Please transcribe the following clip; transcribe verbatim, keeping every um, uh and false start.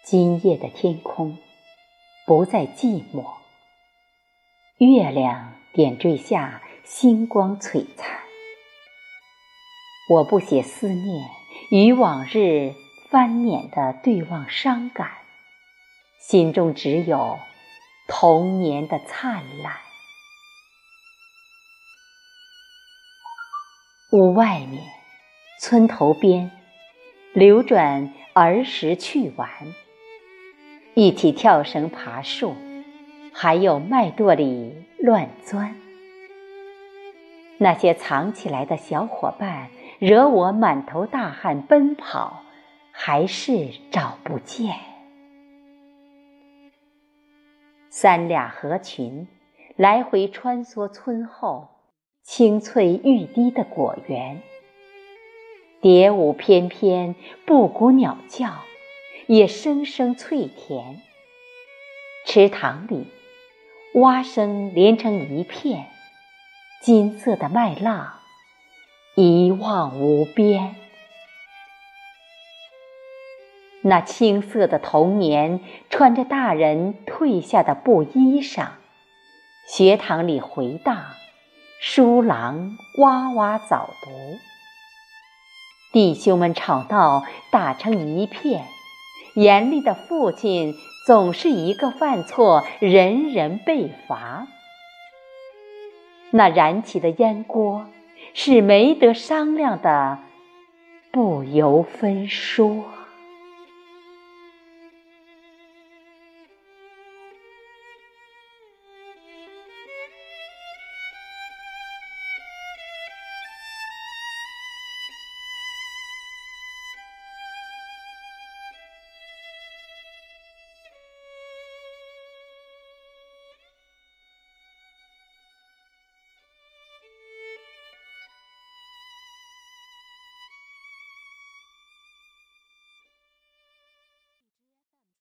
今夜的天空不再寂寞，月亮点缀下星光璀璨。我不写思念与往日翻脸的对望伤感，心中只有童年的灿烂。屋外面，村头边，流转儿时趣玩，一起跳绳爬树，还有麦垛里乱钻。那些藏起来的小伙伴，惹我满头大汗奔跑，还是找不见。三俩合群，来回穿梭村后青翠欲滴的果园。蝶舞翩翩，布谷鸟叫，也声声脆甜。池塘里，蛙声连成一片，金色的麦浪一望无边。那青涩的童年，穿着大人褪下的布衣裳，学堂里回荡，书廊哇哇早读。弟兄们吵闹打成一片，严厉的父亲总是一个犯错，人人被罚。那燃起的烟锅，是没得商量的不由分说。